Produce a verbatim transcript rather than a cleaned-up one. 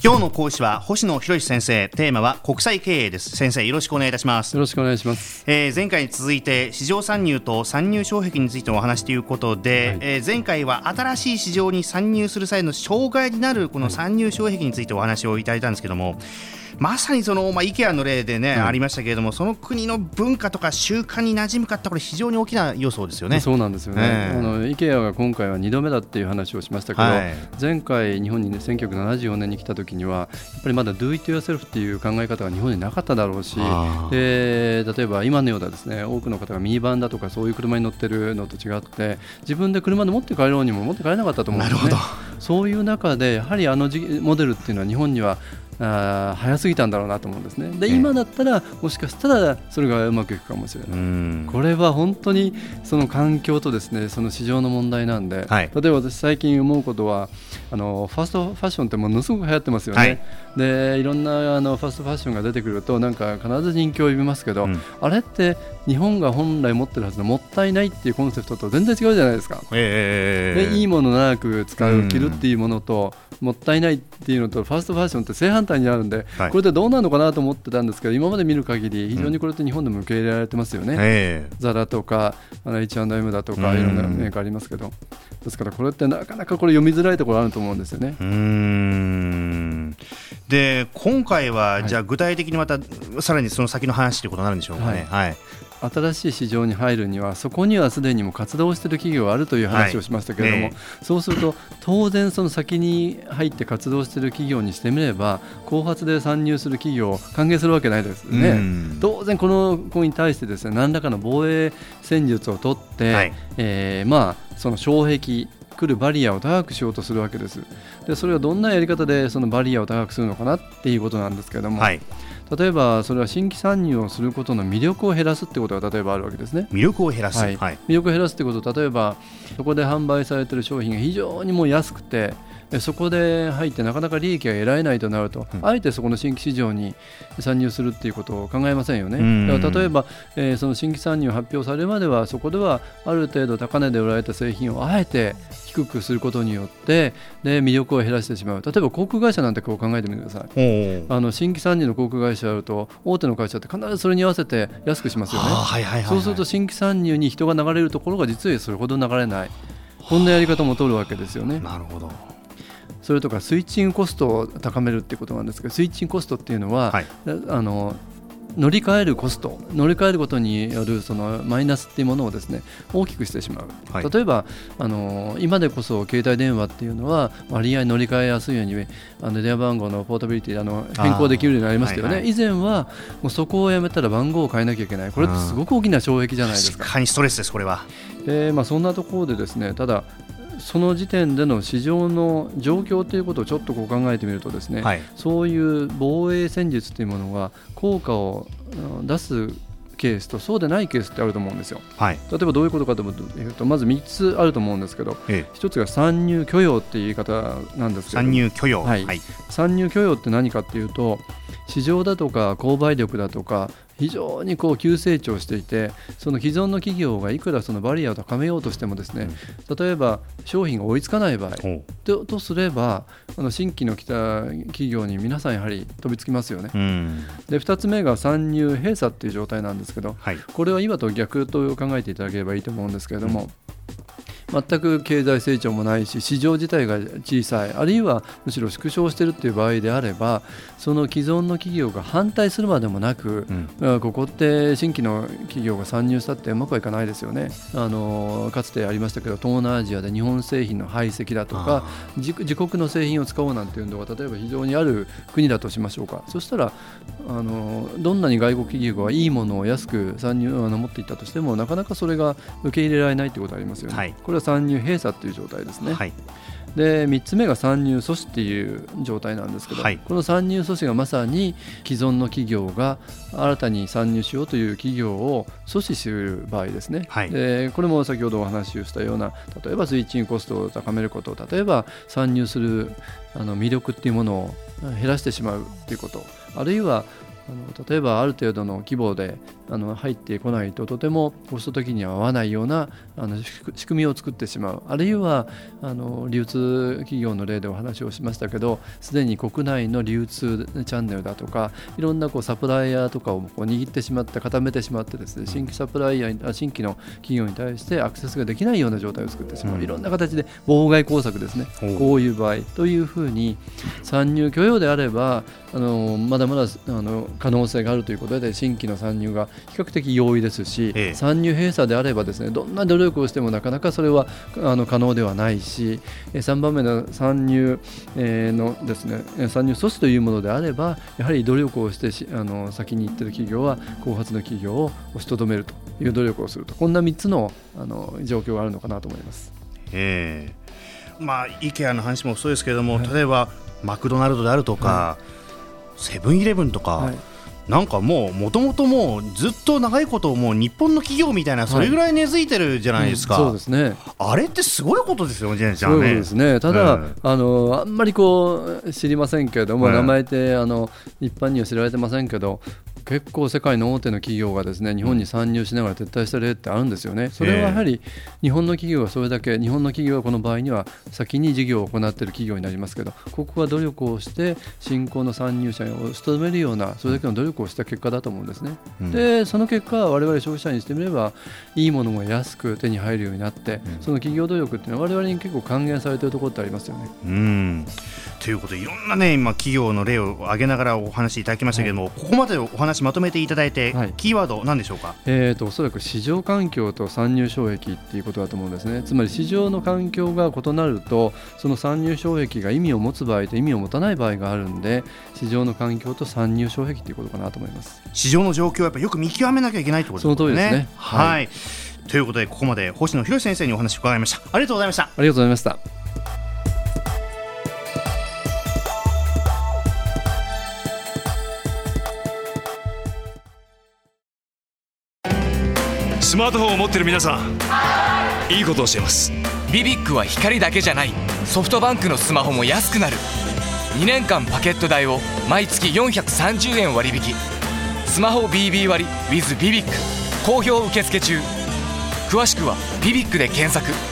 今日の講師は星野博先生。テーマは国際経営です。先生、よろしくお願いいたします。 よろしくお願いします。 えー、前回に続いて市場参入と参入障壁についてのお話ということで、はい、えー、前回は新しい市場に参入する際の障害になるこの参入障壁についてお話をいただいたんですけども、まさにその、まあ、イケアの例で、ね、うん、ありましたけれども、その国の文化とか習慣に馴染むかって、これ非常に大きな要素ですよね。 そうなんですよね、えー、あのイケアが今回はにどめだっていう話をしましたけど、はい、前回日本に、ね、せんきゅうひゃくななじゅうよねんに来た時にはやっぱりまだ Do it yourself っていう考え方が日本になかっただろうし、で例えば今のようなですね、多くの方がミニバンだとかそういう車に乗ってるのと違って自分で車で持って帰ろうにも持って帰れなかったと思うんですね。なるほど。そういう中でやはりあのモデルっていうのは日本にはあ早すぎたんだろうなと思うんですね。で、今だったらもしかしたらそれがうまくいくかもしれない。うん、これは本当にその環境とですね、その市場の問題なんで、はい、例えば私最近思うことはあのファストファッションってものすごく流行ってますよね。はい、でいろんなあのファストファッションが出てくるとなんか必ず人気を呼びますけど、うん、あれって日本が本来持ってるはずのもったいないっていうコンセプトと全然違うじゃないですか。えー、でいいもの長く使う、着るっていうものと、うん、もったいないっていうのとファストファッションって正反対にあるんで、はい、これでどうなるのかなと思ってたんですけど、今まで見る限り非常にこれって日本でも受け入れられてますよね。うん、ザラとか エイチアンドエム だとかいろんなメーカーありますけど、ですからこれってなかなかこれ読みづらいところあると思うんですよね。 うーんで今回はじゃあ具体的にまたさらにその先の話ということになるんでしょうかね。はいはい、 新しい市場に入るにはそこにはすでにも活動している企業があるという話をしましたけれども、はいね、そうすると当然その先に入って活動している企業にしてみれば後発で参入する企業を歓迎するわけないですね。当然この子に対してですね、何らかの防衛戦術を取って、はい、えー、まあその障壁来るバリアを高くしようとするわけです。でそれはどんなやり方でそのバリアを高くするのかなっていうことなんですけれども、はい、例えばそれは新規参入をすることの魅力を減らすってことが例えばあるわけですね。 魅力を減らす、 はいはい、魅力を減らすってこと、例えばそこで販売されている商品が非常にもう安くてそこで入ってなかなか利益が得られないとなると、うん、あえてそこの新規市場に参入するっていうことを考えませんよね。だから例えば、えー、その新規参入発表されるまではそこではある程度高値で売られた製品をあえて低くすることによってで魅力を減らしてしまう。例えば航空会社なんてこう考えてみてください。あの新規参入の航空会社があると大手の会社って必ずそれに合わせて安くしますよね。はいはいはいはい、そうすると新規参入に人が流れるところが実はそれほど流れない、こんなやり方も取るわけですよね。 なるほど。 それとかスイッチングコストを高めるっていうことなんですけど、スイッチングコストっていうのは、はい、あの乗り換えるコスト、乗り換えることによるそのマイナスっていうものをですね大きくしてしまう。はい、例えばあの今でこそ携帯電話っていうのは割合乗り換えやすいようにあの電話番号のポータビリティあの変更できるようになりますけどね、はいはい、以前はもうそこをやめたら番号を変えなきゃいけない。これってすごく大きな障壁じゃないですか。 確かにストレスですこれは。 で、まあ、そんなところでですね、ただその時点での市場の状況ということをちょっとこう考えてみるとですね、はい、そういう防衛戦術というものが効果を出すケースとそうでないケースってあると思うんですよ。はい、例えばどういうことかというとまずみっつあると思うんですけど、ええ、ひとつが参入許容っていう言い方なんですけど、 参入許容、 はいはい、参入許容って何かっていうと市場だとか購買力だとか非常にこう急成長していてその既存の企業がいくらそのバリアを高めようとしてもですね、うん、例えば商品が追いつかない場合 と, とすればあの新規の来た企業に皆さんやはり飛びつきますよね。うん、でふたつめが参入閉鎖っていう状態なんですけど、はい、これは今と逆と考えていただければいいと思うんですけれども、うん全く経済成長もないし市場自体が小さいあるいはむしろ縮小しているという場合であればその既存の企業が反対するまでもなく、うん、ここって新規の企業が参入したってうまくはいかないですよね。あのかつてありましたけど東南アジアで日本製品の排斥だとか 自, 自国の製品を使おうなんていうのが例えば非常にある国だとしましょうか。そしたらあのどんなに外国企業がいいものを安く参入あの持っていったとしてもなかなかそれが受け入れられないということがありますよね。はい、これは参入閉鎖という状態ですね。はい、でみっつめが参入阻止っていう状態なんですけど、はい、この参入阻止がまさに既存の企業が新たに参入しようという企業を阻止する場合ですね。はい、でこれも先ほどお話をしたような例えばスイッチングコストを高めること例えば参入するあの魅力っていうものを減らしてしまうということあるいはあの例えばある程度の規模であの入ってこないととてもコスト的には合わないようなあの仕組みを作ってしまう。あるいはあの流通企業の例でお話をしましたけど、すでに国内の流通チャンネルだとかいろんなこうサプライヤーとかをこう握ってしまって固めてしまってですね、新規サプライヤーに新規の企業に対してアクセスができないような状態を作ってしまう、うん、いろんな形で妨害工作ですね、こういう場合というふうに参入許容であればあのまだまだあの可能性があるということで新規の参入が比較的容易ですし、ええ、参入閉鎖であればですね、どんな努力をしてもなかなかそれはあの可能ではないし、さんばんめの参入のですね、参入阻止というものであればやはり努力をしてあの先に行っている企業は後発の企業を押しとどめるという努力をすると、こんなみっつの、あの状況があるのかなと思います。 えーまあ、IKEA の話もそうですけれども、はい、例えばマクドナルドであるとか、はい、セブンイレブンとか、はい、なんかもうもともともうずっと長いこともう日本の企業みたいなそれぐらい根付いてるじゃないですか、 はいうん、そうですね。あれってすごいことですよね。じゃあね、 そうですね。ただ、うん、あのあんまりこう知りませんけれども、うん、名前ってあの一般には知られてませんけど、結構世界の大手の企業がですね日本に参入しながら撤退した例ってあるんですよね。それはやはり日本の企業がそれだけ、日本の企業はこの場合には先に事業を行っている企業になりますけど、ここは努力をして新興の参入者を仕留めるようなそれだけの努力をした結果だと思うんですね、うん、でその結果我々消費者にしてみればいいものが安く手に入るようになって、うん、その企業努力っていうのは我々に結構還元されているところってありますよね。 うんということでいろんなね今企業の例を挙げながらお話しいただきましたけれども、はい、ここまでお話まとめていただいて、はい、キーワード何でしょうか。 えーと、おそらく市場環境と参入障壁っていうことだと思うんですね。つまり市場の環境が異なるとその参入障壁が意味を持つ場合と意味を持たない場合があるんで、市場の環境と参入障壁ということかなと思います。 市場の状況をやっぱりよく見極めなきゃいけないってことですね。 その通りですね。 はい、はい、ということでここまで星野博先生にお話を伺いました。ありがとうございました。 ありがとうございました。 スマートフォンを持っている皆さん、いいことをしています。 ビビックは光だけじゃない、ソフトバンクのスマホも安くなる。にねんかんパケット代を毎月よんひゃくさんじゅうえん割引。スマホ ビービー 割 with ビビック好評受付中。詳しくはビビックで検索。